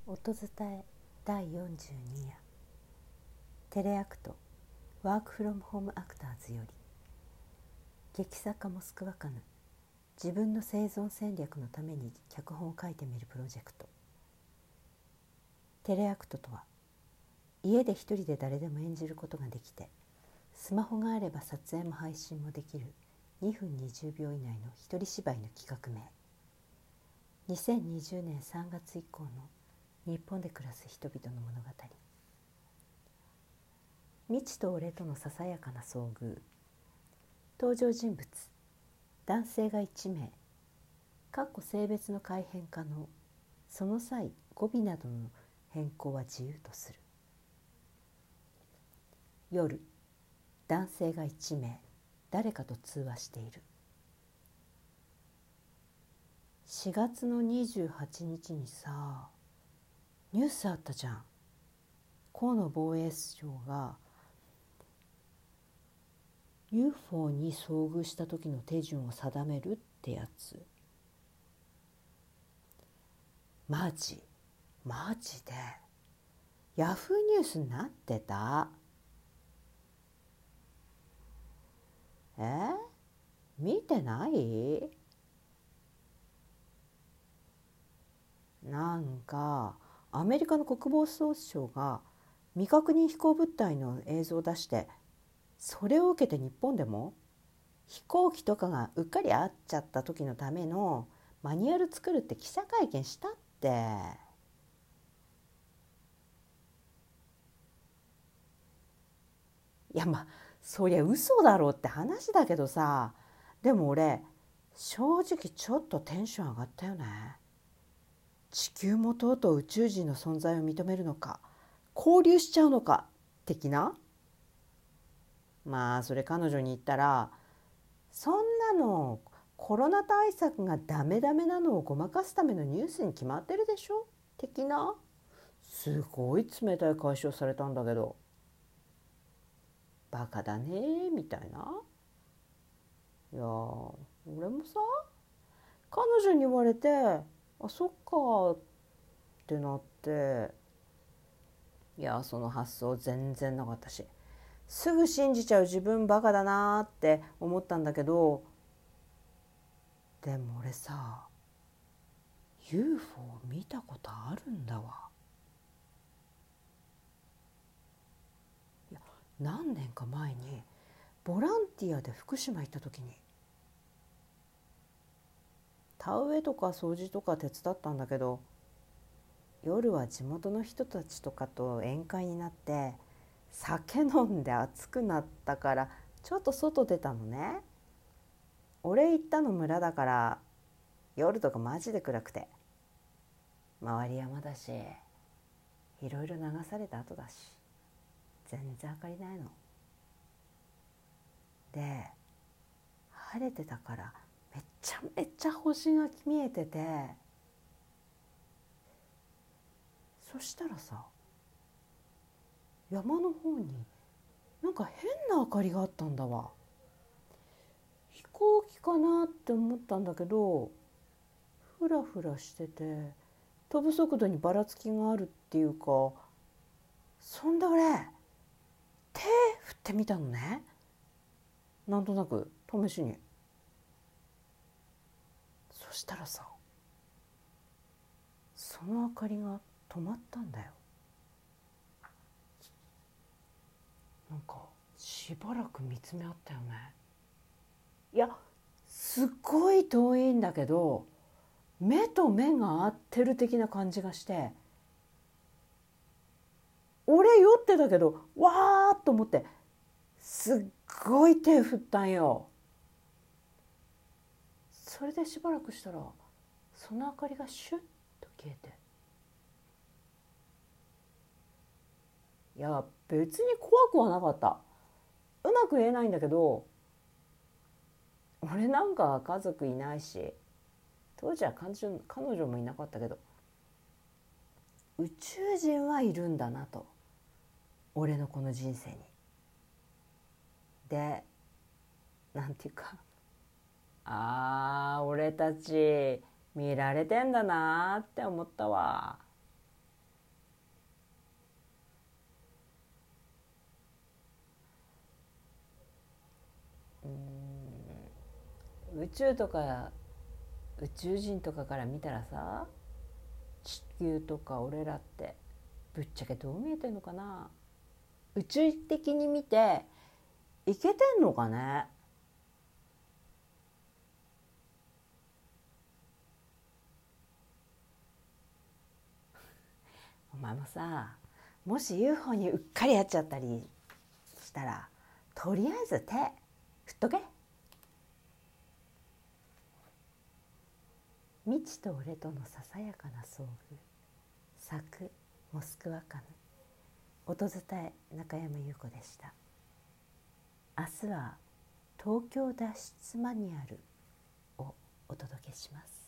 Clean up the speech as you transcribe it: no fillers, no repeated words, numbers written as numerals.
音伝え第42夜テレアクトワークフロムホームアクターズより劇作家モスクワカヌ自分の生存戦略のために脚本を書いてみるプロジェクト。テレアクトとは家で一人で誰でも演じることができてスマホがあれば撮影も配信もできる2分20秒以内の一人芝居の企画名。2020年3月以降の日本で暮らす人々の物語。未知と俺とのささやかな遭遇。登場人物男性が1名性別の改変可能。その際語尾などの変更は自由とする。夜男性が1名誰かと通話している。4月の28日にさニュースあったじゃん。河野防衛相が UFO に遭遇した時の手順を定めるってやつ。マジでヤフーニュースになってた。見てない？なんかアメリカの国防総省が未確認飛行物体の映像を出して、それを受けて日本でも飛行機とかがうっかり会っちゃった時のためのマニュアル作るって記者会見したって。いやそりゃ嘘だろうって話だけどさ、でも俺正直ちょっとテンション上がったよね。地球もとうとう宇宙人の存在を認めるのか、交流しちゃうのか的な。それ彼女に言ったら、そんなのコロナ対策がダメなのをごまかすためのニュースに決まってるでしょ的な。すごい冷たい解消されたんだけど、バカだねみたいな。いや俺もさ彼女に言われてそっかってなって、いやその発想全然なかったし、すぐ信じちゃう自分バカだなって思ったんだけど、でも俺さ UFO 見たことあるんだわ。いや何年か前にボランティアで福島行った時に田植えとか掃除とか手伝ったんだけど、夜は地元の人たちとかと宴会になって酒飲んで暑くなったからちょっと外出たのね。俺行ったの村だから夜とかマジで暗くて、周り山だしいろいろ流された後だし全然明かりないので、晴れてたからめちゃ星が見えてて、そしたらさ山の方になんか変な明かりがあったんだわ。飛行機かなって思ったんだけど、フラフラしてて飛ぶ速度にばらつきがあるっていうか、そんで俺手振ってみたのね、なんとなく試しに。そしたらさその明かりが止まったんだよ。なんかしばらく見つめ合ったよね。いやすっごい遠いんだけど目と目が合ってる的な感じがして、俺酔ってたけどわーっと思ってすっごい手振ったんよ。それでしばらくしたらその明かりがシュッと消えて、いや別に怖くはなかった。うまく言えないんだけど、俺なんか家族いないし当時は彼女もいなかったけど、宇宙人はいるんだなと、俺のこの人生に。でなんていうか、俺たち見られてんだなって思ったわ。 宇宙とか宇宙人とかから見たらさ、地球とか俺らってぶっちゃけどう見えてんのかな。宇宙的に見ていけてんのかね。お前もさ、もし UFO にうっかりやっちゃったりしたら、とりあえず手振っとけ。未知と俺とのささやかな遭遇。作モスクワカム。音伝え中山優子でした。明日は東京脱出マニュアルをお届けします。